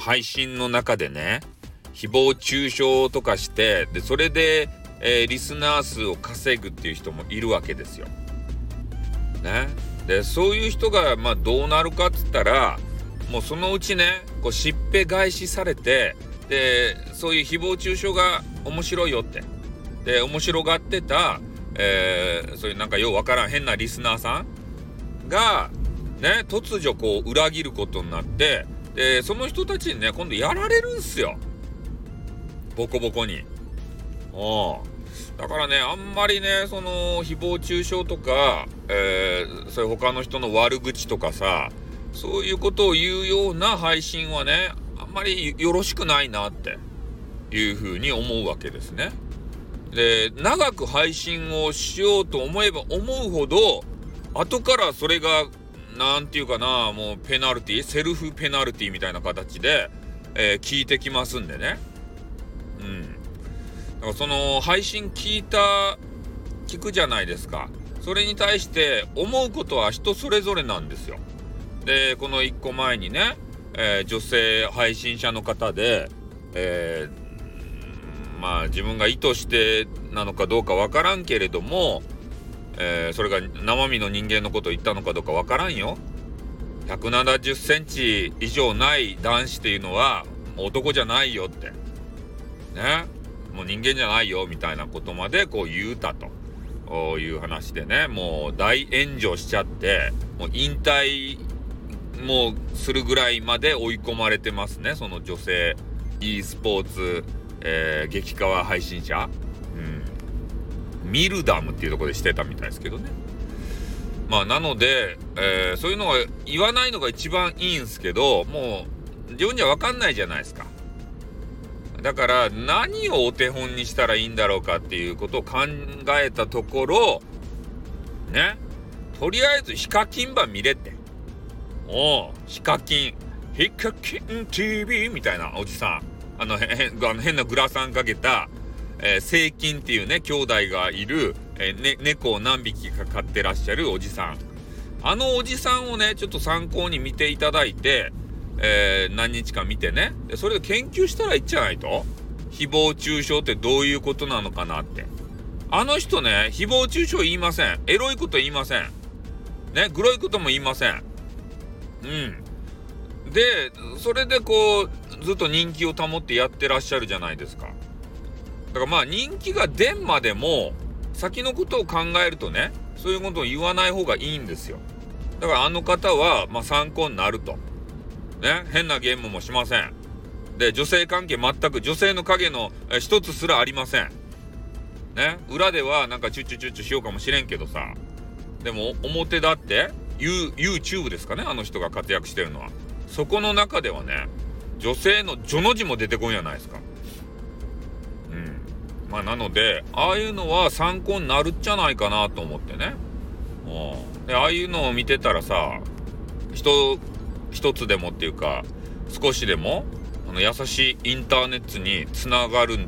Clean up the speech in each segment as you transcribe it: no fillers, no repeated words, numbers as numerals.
配信の中でね、誹謗中傷とかして、でそれで、リスナー数を稼ぐっていう人もいるわけですよ。ね。でそういう人がどうなるかっつったら、もうそのうちね、こうしっぺ返しされて、でそういう誹謗中傷が面白いよって、で面白がってた、そういうなんかようわからん変なリスナーさんがね、突如こう裏切ることになって、でその人たちにね、今度やられるんすよ、ボコボコに。だからね、あんまりね、その誹謗中傷とか、そういう他の人の悪口とかさ、そういうことを言うような配信はね、あんまりよろしくないなっていうふうに思うわけですね。で長く配信をしようと思えば思うほど、後からそれがなんていうかな、もうペナルティ、セルフペナルティみたいな形で、効いてきますんでね。だからその配信聞くじゃないですか。それに対して思うことは人それぞれなんですよ。でこの1個前にね、女性配信者の方で、自分が意図してなのかどうかわからんけれども、それが生身の人間のことを言ったのかどうかわからんよ。170センチ以上ない男子っていうのは男じゃないよってね、もう人間じゃないよみたいなことまでこう言うたという話でね、もう大炎上しちゃって、もう引退もうするぐらいまで追い込まれてますね、その女性 e スポーツ、激化配信者、ミルダムっていうところでしてたみたいですけどね。なので、そういうのは言わないのが一番いいんすけど、もう自分じゃ分かんないじゃないですか。だから何をお手本にしたらいいんだろうかっていうことを考えたところね、とりあえずヒカキンば見れって。ヒカキン TV みたいなおじさん、変なグラサンかけた、セイキンっていうね、兄弟がいる、猫を何匹か飼ってらっしゃるおじさん。あのおじさんをね、ちょっと参考に見ていただいて、何日か見てね、でそれを研究したらいいんじゃないと。誹謗中傷ってどういうことなのかなって。あの人ね、誹謗中傷言いません。エロいこと言いませんね、グロいことも言いません。でそれでこうずっと人気を保ってやってらっしゃるじゃないですか。だから人気が出んまでも先のことを考えるとね、そういうことを言わない方がいいんですよ。だからあの方は参考になるとね、変なゲームもしません。で女性関係全く女性の影の一つすらありませんね。裏ではなんかチュッチュチュッチュしようかもしれんけどさ、でも表だって YouTube ですかね、あの人が活躍してるのは。そこの中ではね、女性の女の字も出てこんやないですか。なのでああいうのは参考になるんじゃないかなと思ってね。でああいうのを見てたらさ、一つでもっていうか少しでも優しいインターネットにつながる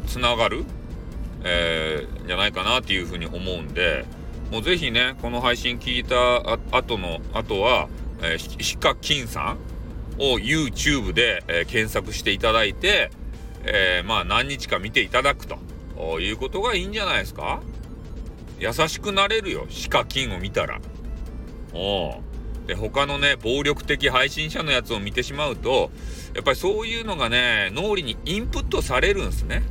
じゃないかなっていうふうに思うんで、もうぜひね、この配信聞いた後は、ヒカキンさんを YouTube で、検索していただいて、何日か見ていただくということがいいんじゃないですか。優しくなれるよ、ヒカキンを見たら。で他のね、暴力的配信者のやつを見てしまうと、やっぱりそういうのがね、脳裏にインプットされるんですね。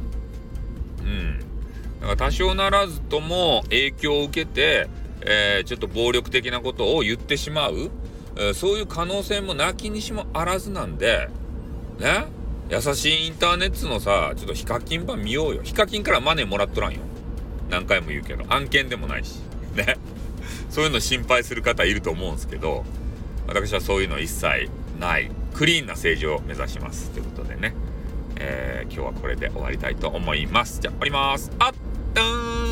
だから多少ならずとも影響を受けて、ちょっと暴力的なことを言ってしまう、そういう可能性もなきにしもあらずなんでね、優しいインターネットのさ、ちょっとヒカキン版見ようよ。ヒカキンからマネーもらっとらんよ、何回も言うけど。案件でもないしねそういうの心配する方いると思うんですけど、私はそういうの一切ないクリーンな政治を目指しますということでね、今日はこれで終わりたいと思います。じゃあ終わります。あっ